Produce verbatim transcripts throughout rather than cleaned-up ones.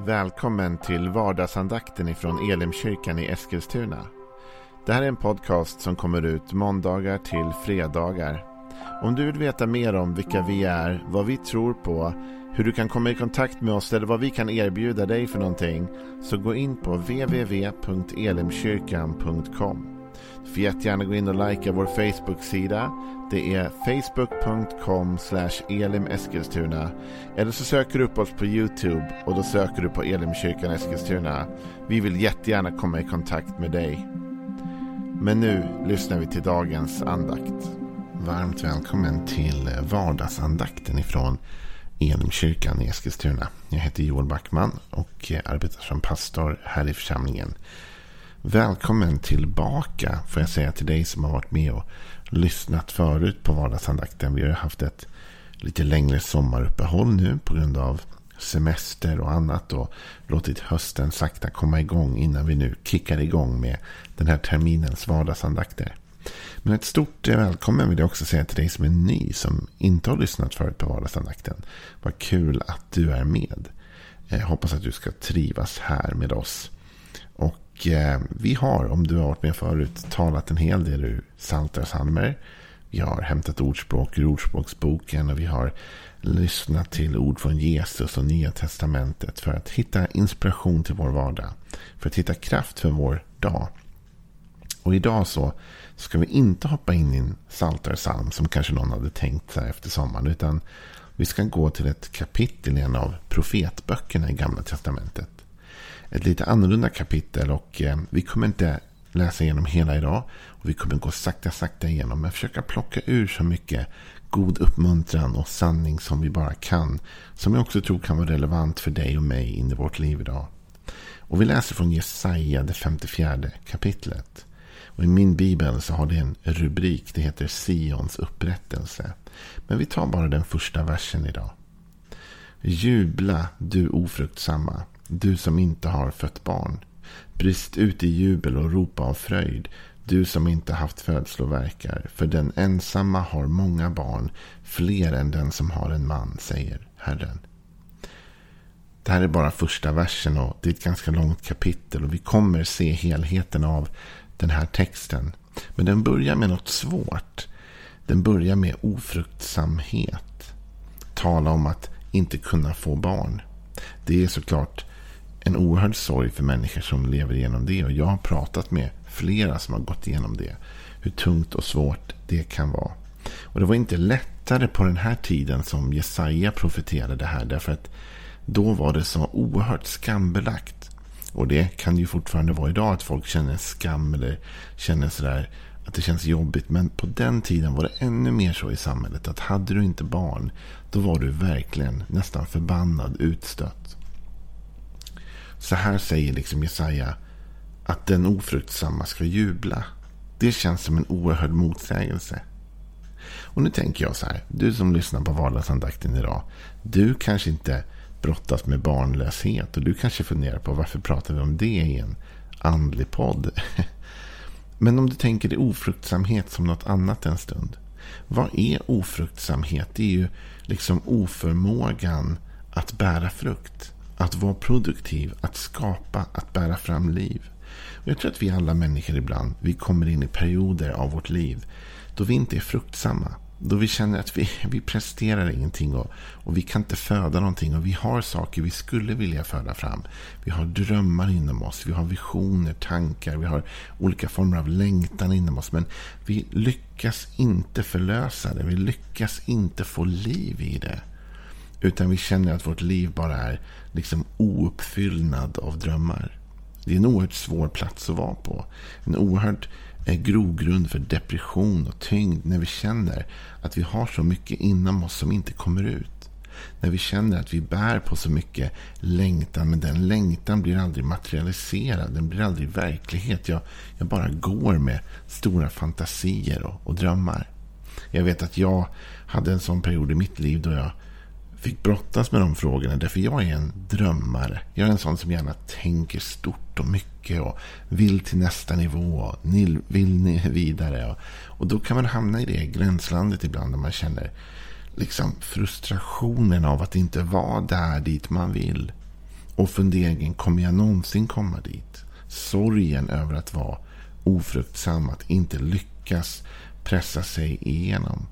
Välkommen till vardagsandakten ifrån Elimkyrkan i Eskilstuna. Det här är en podcast som kommer ut måndagar till fredagar. Om du vill veta mer om vilka vi är, vad vi tror på, hur du kan komma i kontakt med oss eller vad vi kan erbjuda dig för någonting, så gå in på w w w punkt elimkyrkan punkt com. Du får jättegärna gå in och likea vår Facebook-sida. Det är facebook punkt com slash elimeskilstuna. Eller så söker du upp oss på YouTube och då söker du på Elimkyrkan Eskilstuna. Vi vill jättegärna komma i kontakt med dig. Men nu lyssnar vi till dagens andakt. Varmt välkommen till vardagsandakten ifrån Elimkyrkan i Eskilstuna. Jag heter Joel Backman och arbetar som pastor här i församlingen. Välkommen tillbaka, får jag säga till dig som har varit med och lyssnat förut på vardagsandakten. Vi har haft ett lite längre sommaruppehåll nu på grund av semester och annat och låtit hösten sakta komma igång innan vi nu kickar igång med den här terminens vardagsandakter. Men ett stort välkommen vill jag också säga till dig som är ny, som inte har lyssnat förut på vardagsandakten. Vad kul att du är med. Jag hoppas att du ska trivas här med oss. Och eh, vi har, om du har varit med förut, talat en hel del ur Psaltarpsalmer. Vi har hämtat ordspråk ur ordspråksboken och vi har lyssnat till ord från Jesus och Nya testamentet för att hitta inspiration till vår vardag. För att hitta kraft för vår dag. Och idag så ska vi inte hoppa in i en psaltarpsalm som kanske någon hade tänkt sig efter sommaren, utan vi ska gå till ett kapitel i en av profetböckerna i Gamla testamentet. Ett lite annorlunda kapitel och eh, vi kommer inte läsa igenom hela idag och vi kommer gå sakta sakta igenom, men försöka plocka ur så mycket god uppmuntran och sanning som vi bara kan, som jag också tror kan vara relevant för dig och mig in i vårt liv idag. Och vi läser från Jesaja, det femtiofjärde kapitlet. Och i min bibel så har det en rubrik, det heter Sions upprättelse. Men vi tar bara den första versen idag. Jubla, du ofruktsamma, du som inte har fött barn. Brist ut i jubel och ropa av fröjd, du som inte haft födslovärkar. För den ensamma har många barn, fler än den som har en man, säger Herren. Det här är bara första versen och det är ett ganska långt kapitel och vi kommer se helheten av den här texten. Men den börjar med något svårt. Den börjar med ofruktsamhet. Tala om att inte kunna få barn. Det är såklart en oerhörd sorg för människor som lever igenom det. Och jag har pratat med flera som har gått igenom det. Hur tungt och svårt det kan vara. Och det var inte lättare på den här tiden som Jesaja profeterade det här. Därför att då var det så oerhört skambelagt. Och det kan ju fortfarande vara idag att folk känner skam eller känner sådär att det känns jobbigt. Men på den tiden var det ännu mer så i samhället att hade du inte barn, då var du verkligen nästan förbannad, utstött. Så här säger liksom Jesaja att den ofruktsamma ska jubla. Det känns som en oerhörd motsägelse. Och nu tänker jag så här, du som lyssnar på vardagsandakten idag, du kanske inte brottas med barnlöshet och du kanske funderar på varför pratar vi om det i en andlig podd. Men om du tänker dig ofruktsamhet som något annat en stund. Vad är ofruktsamhet? Det är ju liksom oförmågan att bära frukt. Att vara produktiv, att skapa, att bära fram liv. Och jag tror att vi alla människor ibland, vi kommer in i perioder av vårt liv då vi inte är fruktsamma. Då vi känner att vi, vi presterar ingenting och, och vi kan inte föda någonting och vi har saker vi skulle vilja föda fram. Vi har drömmar inom oss, vi har visioner, tankar, vi har olika former av längtan inom oss. Men vi lyckas inte förlösa det, vi lyckas inte få liv i det. Utan vi känner att vårt liv bara är liksom ouppfyllnad av drömmar. Det är en oerhört svår plats att vara på. En oerhört är grogrund för depression och tyngd när vi känner att vi har så mycket inom oss som inte kommer ut. När vi känner att vi bär på så mycket längtan, men den längtan blir aldrig materialiserad, den blir aldrig verklighet. Jag, jag bara går med stora fantasier och, och drömmar. Jag vet att jag hade en sån period i mitt liv då jag fick brottas med de frågorna, därför jag är en drömmare. Jag är en sån som gärna tänker stort och mycket och vill till nästa nivå och vill vidare. Och, och då kan man hamna i det gränslandet ibland när man känner liksom frustrationen av att inte vara där dit man vill. Och funderingen, kommer jag någonsin komma dit? Sorgen över att vara ofruktsam, att inte lyckas pressa sig igenom.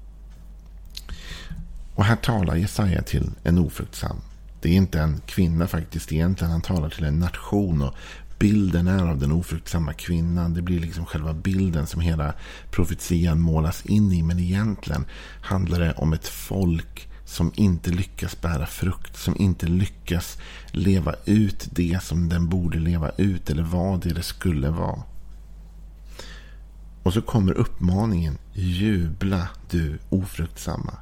Och här talar Jesaja till en ofruktsam. Det är inte en kvinna faktiskt egentligen, han talar till en nation, och bilden är av den ofruktsamma kvinnan. Det blir liksom själva bilden som hela profetian målas in i, men egentligen handlar det om ett folk som inte lyckas bära frukt, som inte lyckas leva ut det som den borde leva ut, eller vad det, det skulle vara. Och så kommer uppmaningen: jubla du ofruktsamma.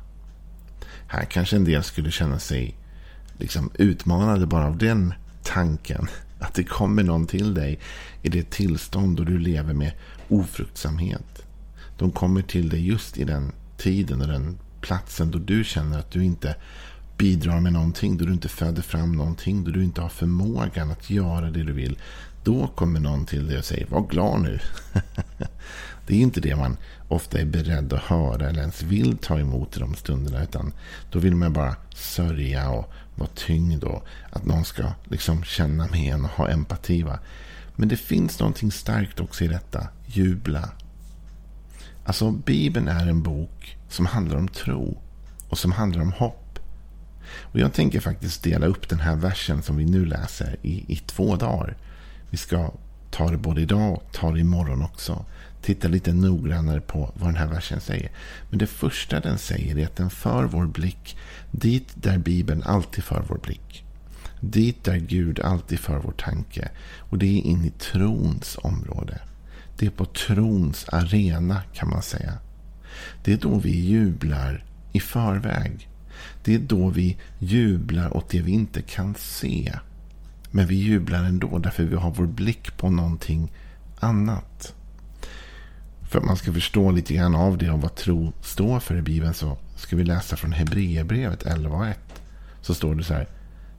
Här kanske en del skulle känna sig liksom utmanade bara av den tanken, att det kommer någon till dig i det tillstånd då du lever med ofruktsamhet. De kommer till dig just i den tiden och den platsen då du känner att du inte bidrar med någonting, då du inte föder fram någonting, då du inte har förmågan att göra det du vill. Då kommer någon till dig och säger: var glad nu. Det är inte det man ofta är beredd att höra eller ens vill ta emot i de stunderna, utan då vill man bara sörja och vara tyngd och att någon ska liksom känna med en och ha empati. Va? Men det finns någonting starkt också i detta: jubla. Alltså, Bibeln är en bok som handlar om tro och som handlar om hopp. Och jag tänker faktiskt dela upp den här versen som vi nu läser i, i två dagar. Vi ska ta det både idag och ta det imorgon också. Titta lite noggrannare på vad den här versen säger. Men det första den säger är att den för vår blick dit där Bibeln alltid för vår blick. Dit där Gud alltid för vår tanke. Och det är in i trons område. Det är på trons arena, kan man säga. Det är då vi jublar i förväg. Det är då vi jublar åt det vi inte kan se. Men vi jublar ändå därför vi har vår blick på någonting annat. För att man ska förstå lite grann av det och vad tro står för i Bibeln, så ska vi läsa från Hebreerbrevet elva ett. Så står det så här: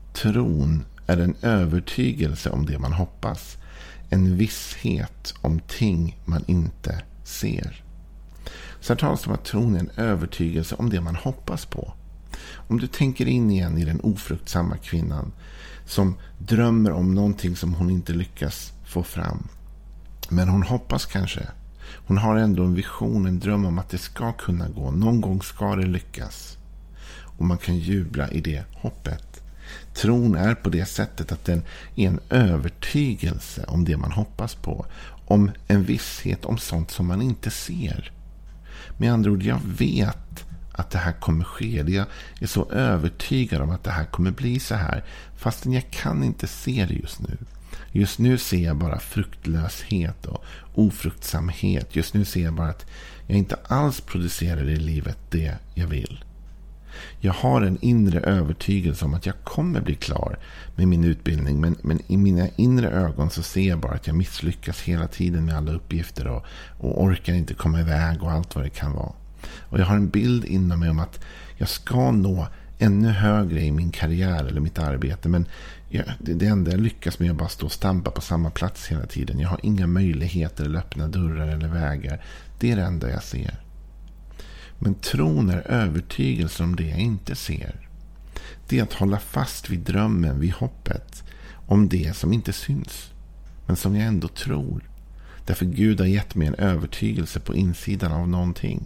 tron är en övertygelse om det man hoppas. En visshet om ting man inte ser. Så här talas det om att tron är en övertygelse om det man hoppas på. Om du tänker in igen i den ofruktsamma kvinnan som drömmer om någonting som hon inte lyckas få fram. Men hon hoppas kanske. Hon har ändå en vision, en dröm om att det ska kunna gå. Någon gång ska det lyckas. Och man kan jubla i det hoppet. Tron är på det sättet att den är en övertygelse om det man hoppas på. Om en visshet om sånt som man inte ser. Med andra ord, jag vet att det här kommer ske. Jag är så övertygad om att det här kommer bli så här. Fastän jag kan inte se det just nu. Just nu ser jag bara fruktlöshet och ofruktsamhet. Just nu ser jag bara att jag inte alls producerar i livet det jag vill. Jag har en inre övertygelse om att jag kommer bli klar med min utbildning. Men, men i mina inre ögon så ser jag bara att jag misslyckas hela tiden med alla uppgifter. Och, och orkar inte komma iväg och allt vad det kan vara. Och jag har en bild inom mig om att jag ska nå ännu högre i min karriär eller mitt arbete. Men jag, det, det enda jag lyckas med är att bara stå och stampa på samma plats hela tiden. Jag har inga möjligheter eller öppna dörrar eller vägar. Det är det enda jag ser. Men tron är övertygelse om det jag inte ser. Det är att hålla fast vid drömmen, vid hoppet. Om det som inte syns. Men som jag ändå tror. Därför Gud har gett mig en övertygelse på insidan av någonting.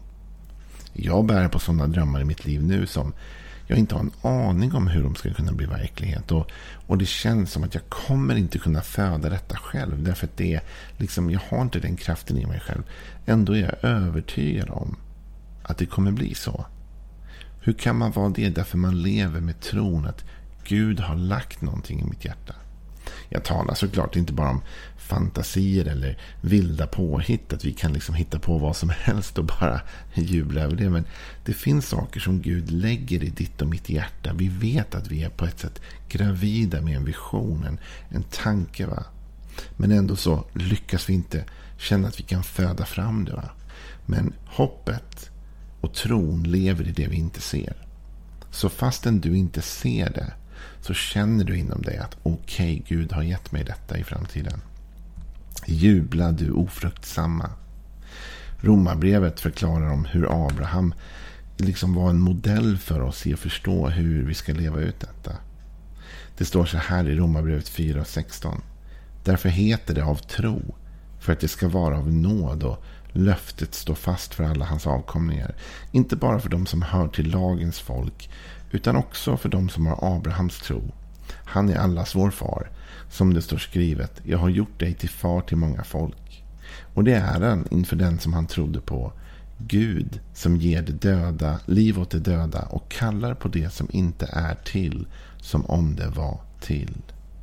Jag bär på sådana drömmar i mitt liv nu som jag inte har en aning om hur de ska kunna bli verklighet. Och, och det känns som att jag kommer inte kunna föda detta själv. Därför att det är liksom, jag har inte den kraften i mig själv. Ändå är jag övertygad om att det kommer bli så. Hur kan man vara det? Därför man lever med tron att Gud har lagt någonting i mitt hjärta. Jag talar såklart inte bara om fantasier eller vilda påhitt, att vi kan liksom hitta på vad som helst och bara jubla över det. Men det finns saker som Gud lägger i ditt och mitt hjärta. Vi vet att vi är på ett sätt gravida med en vision, en, en tanke. Va? Men ändå så lyckas vi inte känna att vi kan föda fram det. Va? Men hoppet och tron lever i det vi inte ser. Så fastän du inte ser det, så känner du inom dig att okej, okay, Gud har gett mig detta i framtiden. Jubla du ofruktsamma. Romarbrevet förklarar om hur Abraham liksom var en modell för oss i att förstå hur vi ska leva ut detta. Det står så här i Romarbrevet fyra och sexton. Därför heter det av tro, för att det ska vara av nåd och löftet står fast för alla hans avkomlingar. Inte bara för de som hör till lagens folk, utan också för de som har Abrahams tro. Han är allas vår far, som det står skrivet, jag har gjort dig till far till många folk. Och det är han inför den som han trodde på. Gud som ger det döda, liv åt det döda och kallar på det som inte är till som om det var till.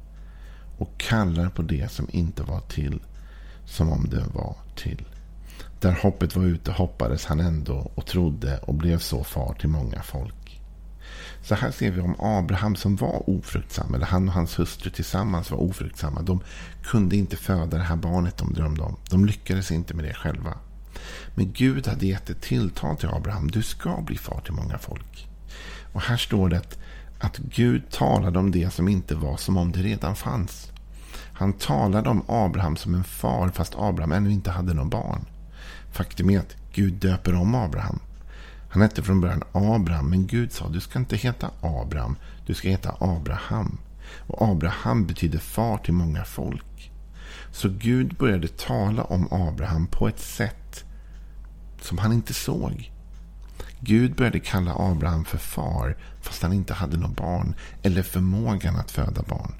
Och kallar på det som inte var till som om det var till. Där hoppet var ute hoppades han ändå och trodde och blev så far till många folk. Så här ser vi om Abraham som var ofruktsam, eller han och hans hustru tillsammans var ofruktsamma. De kunde inte föda det här barnet de drömde om. De lyckades inte med det själva. Men Gud hade gett ett tilltal till Abraham. Du ska bli far till många folk. Och här står det att, att Gud talade om det som inte var som om det redan fanns. Han talade om Abraham som en far fast Abraham ännu inte hade någon barn. Faktum är att Gud döper om Abraham. Han hette från början Abraham, men Gud sa du ska inte heta Abraham, du ska heta Abraham. Och Abraham betyder far till många folk. Så Gud började tala om Abraham på ett sätt som han inte såg. Gud började kalla Abraham för far fast han inte hade någon barn eller förmågan att föda barn.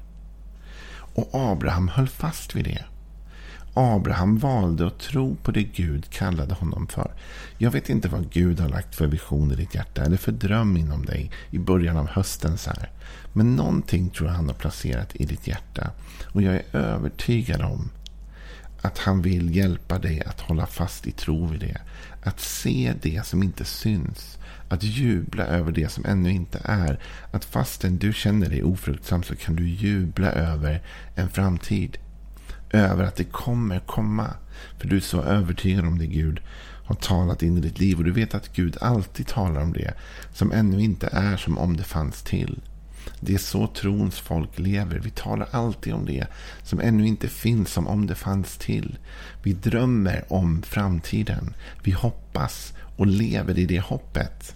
Och Abraham höll fast vid det. Abraham valde att tro på det Gud kallade honom för. Jag vet inte vad Gud har lagt för vision i ditt hjärta eller för dröm inom dig i början av hösten så här. Men någonting tror jag han har placerat i ditt hjärta. Och jag är övertygad om att han vill hjälpa dig att hålla fast i tro vid det. Att se det som inte syns. Att jubla över det som ännu inte är. Att fastän du känner dig ofruktsam så kan du jubla över en framtid. Över att det kommer komma. För du är så övertygad om det Gud har talat in i ditt liv. Och du vet att Gud alltid talar om det som ännu inte är som om det fanns till. Det är så trons folk lever. Vi talar alltid om det som ännu inte finns som om det fanns till. Vi drömmer om framtiden. Vi hoppas och lever i det hoppet.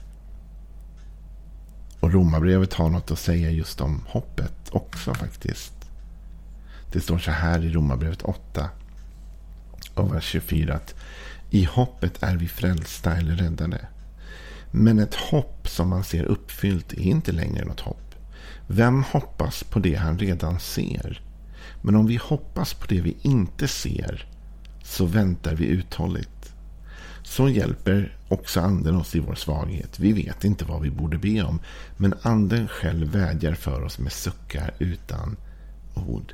Och Romarbrevet har något att säga just om hoppet också faktiskt. Det står så här i Romarbrevet åtta och vers tjugofyra att i hoppet är vi frälsta eller räddade. Men ett hopp som man ser uppfyllt är inte längre något hopp. Vem hoppas på det han redan ser? Men om vi hoppas på det vi inte ser så väntar vi uthålligt. Så hjälper också anden oss i vår svaghet. Vi vet inte vad vi borde be om, men anden själv vädjar för oss med suckar utan ord.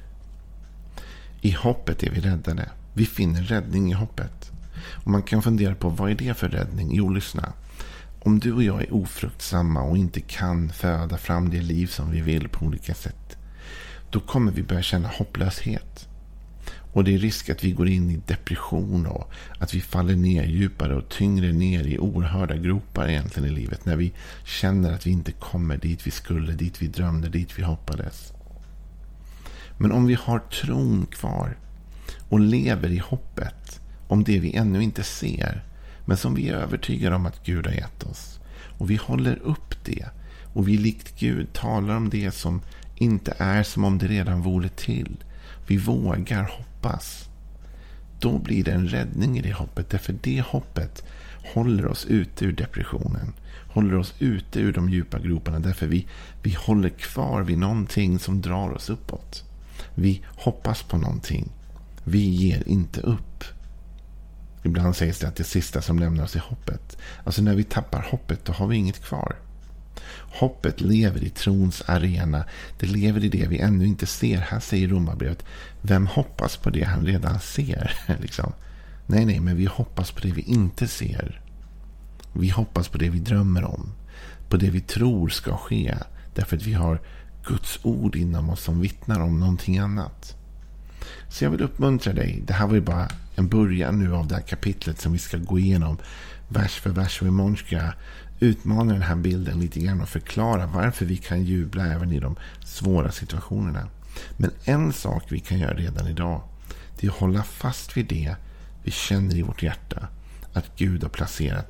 I hoppet är vi räddade. Vi finner räddning i hoppet. Och man kan fundera på vad är det för räddning? Jo, lyssna. Om du och jag är ofruktsamma och inte kan föda fram det liv som vi vill på olika sätt, då kommer vi börja känna hopplöshet. Och det är risk att vi går in i depression och att vi faller ner djupare och tyngre ner i oerhörda gropar egentligen i livet. När vi känner att vi inte kommer dit vi skulle, dit vi drömde, dit vi hoppades. Men om vi har tron kvar och lever i hoppet om det vi ännu inte ser, men som vi är övertygade om att Gud har gett oss, och vi håller upp det och vi likt Gud talar om det som inte är som om det redan vore till, vi vågar hoppas, då blir det en räddning i det hoppet. Därför det hoppet håller oss ute ur depressionen, håller oss ute ur de djupa groparna, därför vi, vi håller kvar vid någonting som drar oss uppåt. Vi hoppas på någonting. Vi ger inte upp. Ibland sägs det att det sista som lämnar oss är hoppet. Alltså när vi tappar hoppet, då har vi inget kvar. Hoppet lever i trons arena. Det lever i det vi ännu inte ser. Här säger Romarbrevet, vem hoppas på det han redan ser? liksom. Nej, nej, men vi hoppas på det vi inte ser. Vi hoppas på det vi drömmer om. På det vi tror ska ske. Därför att vi har Guds ord inom oss som vittnar om någonting annat. Så jag vill uppmuntra dig. Det här var ju bara en början nu av det här kapitlet som vi ska gå igenom vers för vers. Och imorgon ska jag utmana den här bilden lite grann och förklara varför vi kan jubla även i de svåra situationerna. Men en sak vi kan göra redan idag, det är att hålla fast vid det vi känner i vårt hjärta att Gud har placerat där.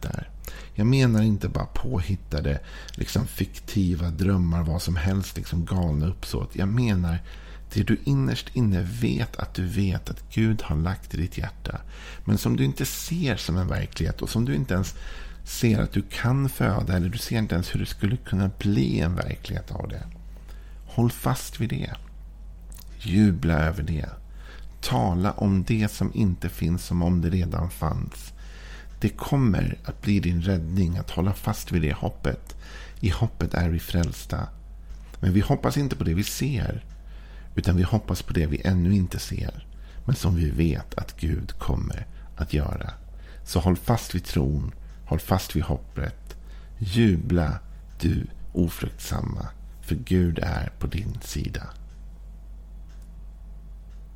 Jag menar inte bara påhittade, liksom fiktiva drömmar, vad som helst, liksom galna uppsåt. Jag menar det du innerst inne vet att du vet att Gud har lagt i ditt hjärta, men som du inte ser som en verklighet och som du inte ens ser att du kan föda, eller du ser inte ens hur det skulle kunna bli en verklighet av det. Håll fast vid det. Jubla över det. Tala om det som inte finns som om det redan fanns. Det kommer att bli din räddning att hålla fast vid det hoppet. I hoppet är vi frälsta. Men vi hoppas inte på det vi ser, utan vi hoppas på det vi ännu inte ser, men som vi vet att Gud kommer att göra. Så håll fast vid tron, håll fast vid hoppet. Jubla, du ofruktsamma, för Gud är på din sida.